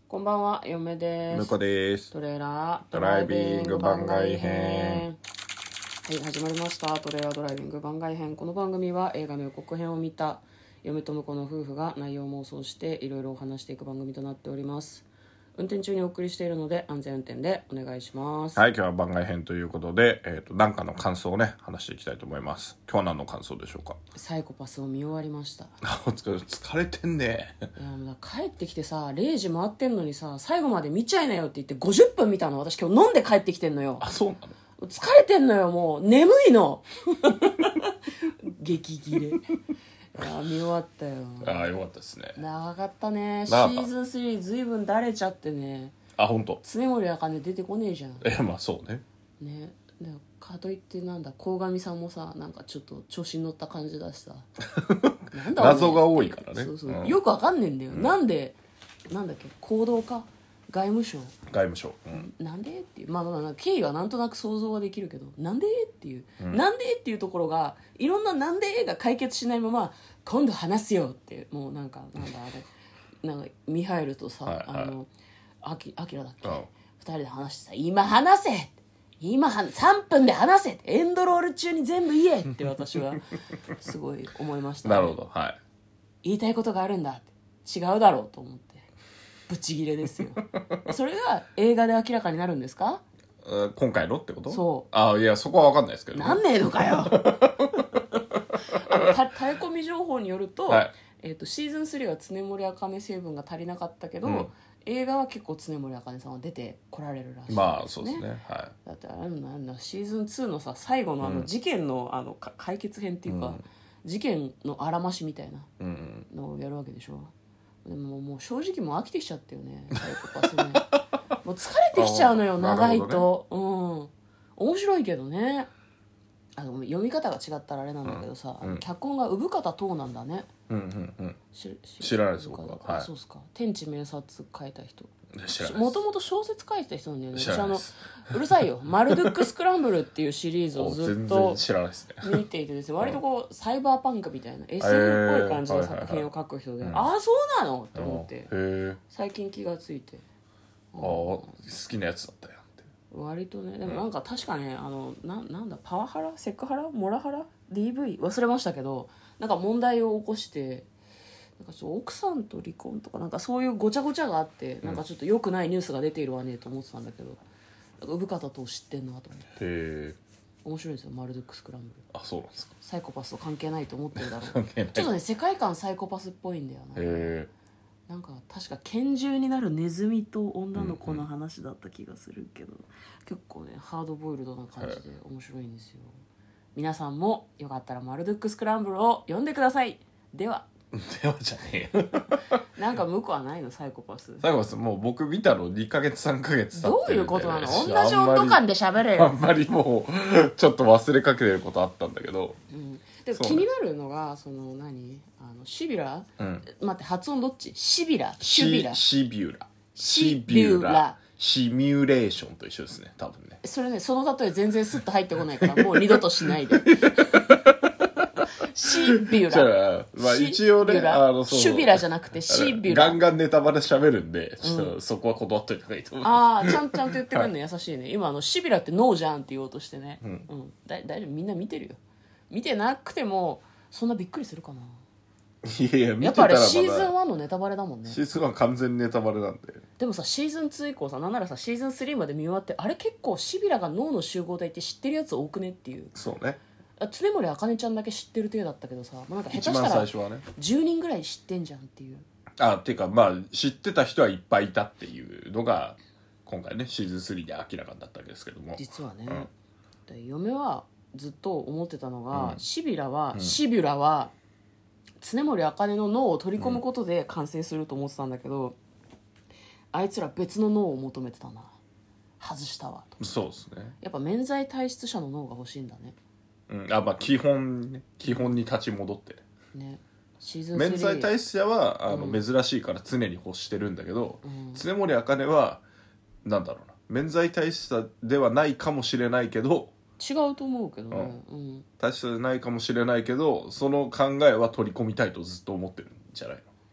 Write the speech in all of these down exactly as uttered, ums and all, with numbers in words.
こんばんは、嫁です。 向こうです。 トレーラードライビング番外編。 はい、始まりました。トレーラードライビング番外編。この番組は映画の予告編を見た嫁と婿の夫婦が内容を妄想していろいろお話していく番組となっております。運転中にお送りしているので安全運転でお願いします。 はい、今日は番外編ということで、えっと、なんかの感想をね、話していきたいと思います。今日は何の感想でしょうか。 サイコパスを見終わりました。 あ、お疲れ、疲れてんね。 いやもう帰ってきてさ、れいじ回ってんのにさ、最後まで見ちゃいなよって言ってごじゅっぷん見たの。私今日飲んで帰ってきてんのよ。 あ、そうなの。 疲れてんのよ、もう眠いの激切れ。いや見終わったよ。 ああ、よかったですね。 長かったね。シ長かったーズンスリーずいぶんだれちゃってね。 あ、本当。 常森茜出てこねえじゃんえ、まあそうね。 ね。でかといってなんだ鴻上さんもさ、なんかちょっと調子に乗った感じだしさなんだお前謎が多いからね。 そうそう、 うんよくわかんねえんだよ、うん、なんでなんだっけ行動か外務省外務省、うん、 なんでっていう、まあまあまあ経緯はなんとなく想像はできるけど、なんでっていう、 うん、 なんでっていうところがいろんななんでが解決しないまま今度話すよってもうなんかなんだあれなんかミハイルとさ、はいはい、あのアキラだっけ、うん、ふたりで話してさ今話せ今さんぷんで話せエンドロール中に全部言えって私はすごい思いました、ね、 なるほど、はい、 言いたいことがあるんだって違うだろうと思ってブチギレですよそれが映画で明らかになるんですか？ 今回のってこと？ そう。 あ、いやそこは分かんないですけど、ね、 なんねえのかよあのたタレコミ情報によると、はい、えーと、シーズンスリーは常森茜成分が足りなかったけど、うん、映画は結構常森茜さんは出てこられるらしいですね。 まあそうですね、はい、 だってあれなんだシーズンツーのさ最後のあの事件の、うん、あの解決編っていうか、うん、事件のあらましみたいなのをやるわけでしょ。でももう正直もう飽きてきちゃったよねサイコパスねもう疲れてきちゃうのよ長いと、ね、うん面白いけどね。あの読み方が違ったらあれなんだけどさ、うん、脚本が産方等なんだね。 うんうんうん知, 知らないです僕は、はい、 そうっすか。天地明察書いた人知らないです。 もともと小説書いてた人なんだよね。私あのうるさいよマルドゥックスクランブルっていうシリーズをずっと見ていてですね割とこうサイバーパンクみたいな エスエフ っぽい感じの作品を書く人で、えーはいはいはい、ああそうなのって思って最近気がついて、 ああ好きなやつだったよ割とね。でもなんか確かねあの な, なんだパワハラセクハラモラハラ ディーブイ 忘れましたけどなんか問題を起こしてなんかちょ奥さんと離婚とかなんかそういうごちゃごちゃがあって、うん、なんかちょっと良くないニュースが出ているわねと思ってたんだけど産方と知ってんなと思って。へえ面白いですよマルドゥックスクランブル。 あそうなんですか。 サイコパスと関係ないと思ってるだろうちょっとね世界観サイコパスっぽいんだよな。へえなんか確か拳銃になるネズミと女の子の話だった気がするけど、うんうん、結構ねハードボイルドな感じで面白いんですよ。皆さんもよかったらマルドゥックスクランブルを読んでください。ではではじゃねえよなんか向こうはないのサイコパス。 サイコパスもう僕見たのにかげつさんかげつ経ってるんで、 どういうことなの。同じ温度感で喋れよ。 あんまりもうちょっと忘れかけてることあったんだけど、 うん、でも気になるのがその何あのシビラ、うん、待って発音どっちシビラシビラシビュラシビュラシミュレーションと一緒ですね多分ね。 それねその例え全然スッと入ってこないからもう二度としないでシビュラ、 まあ、一応ねあのシュビラじゃなくてシビュラガンガンネタバレ喋るんで、うん、ちょっとそこは断っといた方がいいと思う。 ああちゃんちゃんと言ってくるの優しいね今あのシビラってノーじゃんって言おうとしてね、うんうん、だ大丈夫みんな見てるよ。見てなくてもそんなびっくりするかな。 いやいや見てたらまだやっぱあれシーズンワンのネタバレだもんね。 シーズンワン完全ネタバレなんで。 でもさシーズンツー以降さなんならさシーズンスリーまで見終わってあれ結構シビラが脳の集合体って知ってるやつ多くねっていう。 そうね常森茜ちゃんだけ知ってる体だったけどさ、まあ、なんか下手したらじゅうにんぐらい知ってんじゃんっていう。 あっていうかまあ知ってた人はいっぱいいたっていうのが今回ねシーズンスリーで明らかになったわけですけども実はね、うん、で嫁はずっと思ってたのが、うん、シビラは、うん、シビュラは常森茜の脳を取り込むことで完成すると思ってたんだけど、うん、あいつら別の脳を求めてたな。外したわと。 そうですねやっぱ免罪体質者の脳が欲しいんだね。 うん、あまあ基本ね基本に立ち戻ってねシーズンスリー免罪体質者はあの、うん、珍しいから常に欲してるんだけど、うん、常森茜はなんだろうな免罪体質者ではないかもしれないけど違うと思うけどね、うん、 体質者じゃないかもしれないけどその考えは取り込みたいとずっと思ってるんじゃないの。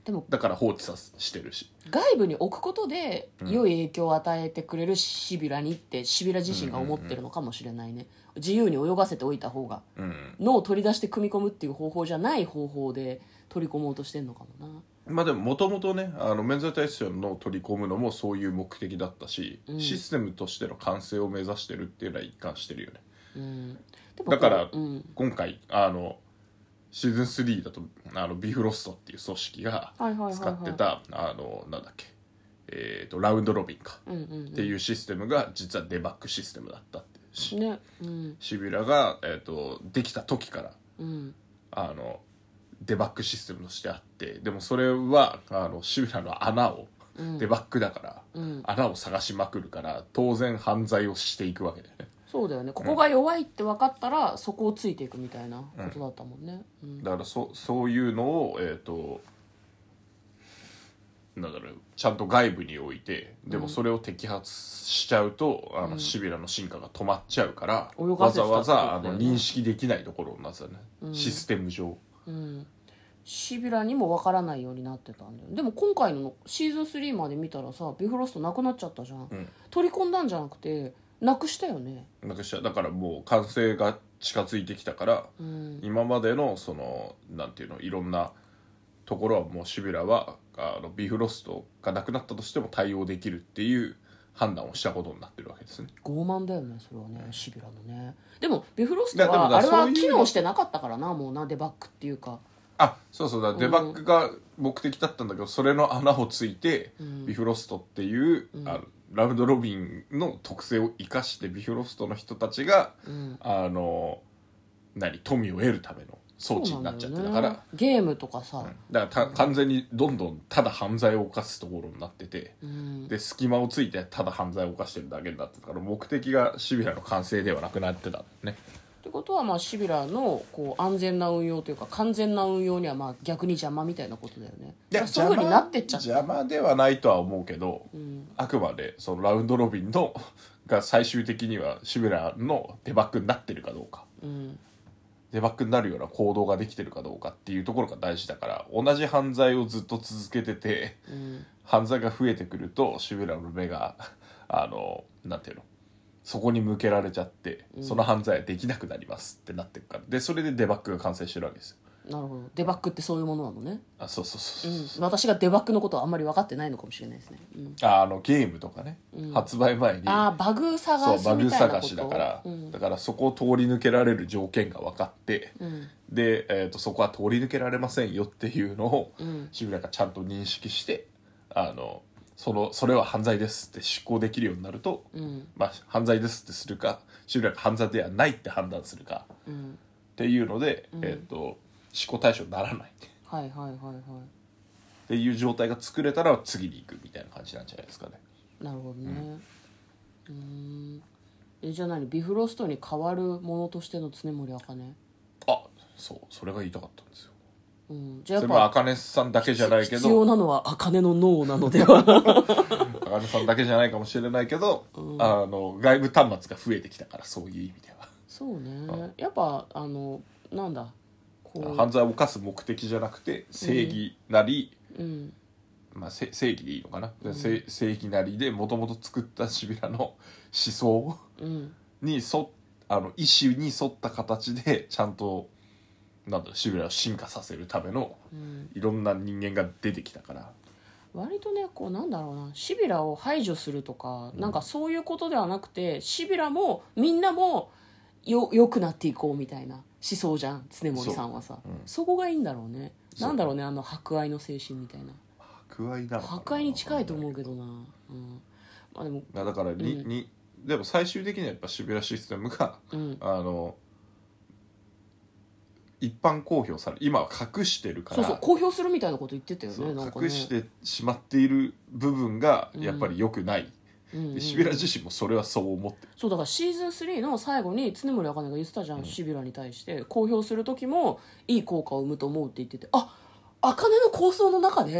でもだから放置さしてるし、 外部に置くことで良い影響を与えてくれるシビラにってシビラ自身が思ってるのかもしれないね、うんうんうん、自由に泳がせておいた方が、うんうん、脳を取り出して組み込むっていう方法じゃない方法で取り込もうとしてんのかもな。 まあでももともとねあの免罪体質の脳を取り込むのもそういう目的だったし、うん、システムとしての完成を目指してるっていうのは一貫してるよね、うん、だから、うん、今回あのシーズンスリーだとあのビフロストっていう組織が使ってたあのなんだっけ、えー、とラウンドロビンか、うんうんうん、っていうシステムが実はデバッグシステムだったっていうし、ねうん、シビラが、えー、とできた時から、うん、あのデバッグシステムとしてあって、でもそれはあのシビラの穴を、うん、デバッグだから、うん、穴を探しまくるから当然犯罪をしていくわけだよね。 そうだよね、ここが弱いって分かったら、うん、そこをついていくみたいなことだったもんね、 うん、だから そ, そういうのを、えーと、なんだろうちゃんと外部に置いて、でもそれを摘発しちゃうと、うん、あのシビラの進化が止まっちゃうから、うん、わざわざあの認識できないところになってたね、うん、システム上、うん、 シビラにも分からないようになってたんだよ。でも今回のシーズンスリーまで見たらさビフロストなくなっちゃったじゃん、うん、取り込んだんじゃなくてなくしたよね。 なくした。だからもう完成が近づいてきたから、うん、今までのそのなんていうのいろんなところはもうシビラはあのビフロストがなくなったとしても対応できるっていう判断をしたことになってるわけですね。 傲慢だよねそれはね、シビラのね。でもビフロストはあれは機能してなかったからな、もうなデバッグっていうか。 あそうそうだ、デバッグが目的だったんだけど、それの穴をついて、うん、ビフロストっていう、うん、あのラウンドロビンの特性を生かしてビフロストの人たちが、うん、あの何富を得るための装置になっちゃってたから、ね、 ゲームとかさ、うん、 だからた完全にどんどんただ犯罪を犯すところになってて、うん、で隙間をついてただ犯罪を犯してるだけになってたから、目的がシビラの完成ではなくなってたんだね。 ってことはまあシビラのこう安全な運用というか完全な運用にはまあ逆に邪魔みたいなことだよね。 いやそういう風になってっちゃった。邪魔ではないとは思うけど、うん、あくまでそのラウンドロビンのが最終的にはシビラのデバッグになってるかどうか、うん、デバッグになるような行動ができてるかどうかっていうところが大事だから、同じ犯罪をずっと続けてて、うん、犯罪が増えてくるとシビラの目があのなんていうのそこに向けられちゃって、うん、その犯罪はできなくなりますってなってるから、でそれでデバッグが完成してるわけですよ。 なるほど、デバッグってそういうものなのね。 あそうそうそうそう、 うん、私がデバッグのことはあんまり分かってないのかもしれないですね、うん、 ああのゲームとかね、うん、発売前にあバグ探しみたいなこと、そうバグ探しだから、うん、だからそこを通り抜けられる条件が分かって、うん、で、えーと、そこは通り抜けられませんよっていうのを、うん、シビラがちゃんと認識してあのそのそれは犯罪ですって執行できるようになると、うん、まあ、犯罪ですってするかシビラが犯罪ではないって判断するか、うん、っていうので、うん、えーと、執行対象にならない、 はいはいはいはい、 っていう状態が作れたら次に行くみたいな感じなんじゃないですかね。 なるほどね、うん、うんえじゃあ何ビフロストに代わるものとしての常森茜。 あそうそれが言いたかったんですよ。 うん、じゃあやっぱそれは茜さんだけじゃないけど必要なのは茜の脳なのでは茜さんだけじゃないかもしれないけど、うん、あの外部端末が増えてきたから、そういう意味ではそうね、うん、やっぱあのなんだこう犯罪を犯す目的じゃなくて正義なり、うんまあ、正義でいいのかな、うん、正義なりでもともと作ったシビラの思想に沿、うん、あの意思に沿った形でちゃんとなんだシビラを進化させるためのいろんな人間が出てきたから、 うん、割とねこうなんだろうなシビラを排除するとか、うん、なんかそういうことではなくてシビラもみんなもよ良くなっていこうみたいな思想じゃん常森さんはさ そ,、うん、そこがいいんだろうね。なんだろうねあの博愛の精神みたいな。 博愛なのかな。 博愛に近いと思うけどな、うんまあ、でもだからに、うん、にでも最終的にはやっぱシビラシステムが、うん、あの一般公表され今は隠してるからそうそう公表するみたいなこと言ってたよ ね, なんかね隠してしまっている部分がやっぱり良くない、うん、でシビラ自身もそれはそう思ってる。 そうだからシーズンスリーの最後に常森茜が言ってたじゃん、うん、シビラに対して公表する時もいい効果を生むと思うって言ってて、あ茜の構想の中で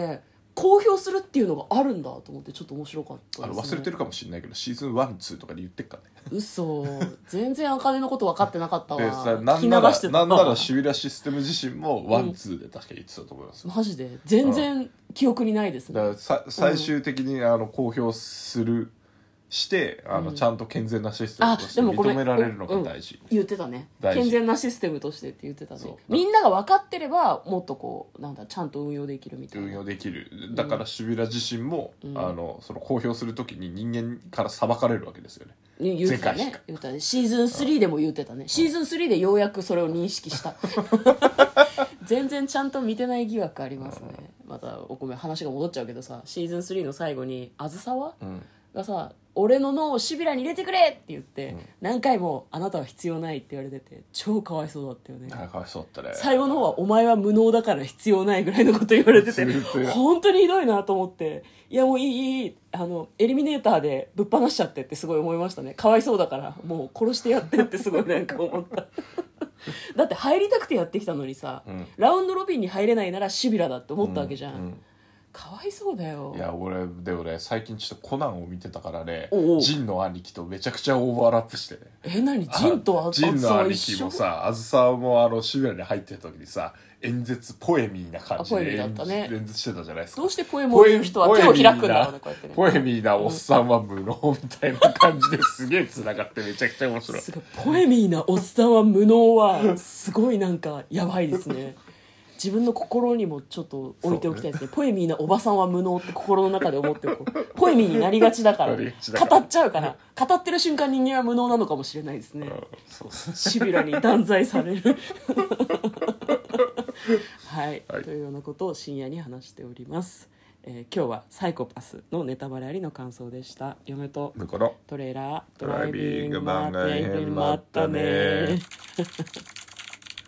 公表するっていうのがあるんだと思ってちょっと面白かったあです、ね、 の忘れてるかもしれないけどシーズンワンツーとかで言ってっからね嘘全然あかねのこと分かってなかったわでさな聞き流んならしてたなんならシビラシステム自身もワンツーで確か言ってたと思います、 マジで全然記憶にないですね、 だからさ最終的にあの公表するしてあの、 うんちゃんと健全なシステムとしてあでもこれ認められるのが大事、 うん言ってたね大事健全なシステムとしてって言ってたねそうみんなが分かってればもっとこうなんだちゃんと運用できるみたいな運用できるだからシビラ自身も、 うんあのその公表するときに人間から裁かれるわけですよねね言ってたね世界言ってたねシーズンスリーでも言ってたねシーズンスリーでようやくそれを認識した全然ちゃんと見てない疑惑ありますねまたお米話が戻っちゃうけどさシーズンスリーの最後にあずさわうんがさ俺の脳をシビラに入れてくれって言って、 うん何回もあなたは必要ないって言われてて超かわいそうだったよねあかわいそうだったね最後の方はお前は無能だから必要ないぐらいのこと言われててずっと本当にひどいなと思っていやもういいいいいいあのエリミネーターでぶっ放しちゃってってすごい思いましたねかわいそうだからもう殺してやってってすごいなんか思っただって入りたくてやってきたのにさ、 うんラウンドロビンに入れないならシビラだって思ったわけじゃん、 うんうんかわいそうだよいや俺でもね最近ちょっとコナンを見てたからねおうおうジンの兄貴とめちゃくちゃオーバーラップしてねえ何ジンとあジンあずさはの兄貴一緒もさあずさもあのシビラに入ってる時にさ演説ポエミーな感じあポエミで演ーだったね演説してたじゃないですかどうしてポエムを言う人は手を開くんだろうねこうやってねポエミーなおっさんは無能みたいな感じですげえ繋がってめちゃくちゃ面白いすごいポエミーなおっさんは無能はすごいなんかやばいですね自分の心にもちょっと置いておきたいですねポエミーなおばさんは無能って心の中で思っておこうポエミーになりがちだからなりがちだから語っちゃうから語ってる瞬間人間は無能なのかもしれないですねうんそうそうシビラに断罪されるはい、 はいというようなことを深夜に話しております、えー今日はサイコパスのネタバレありの感想でした。嫁とだからトレーラードドライビング番ま外編まったね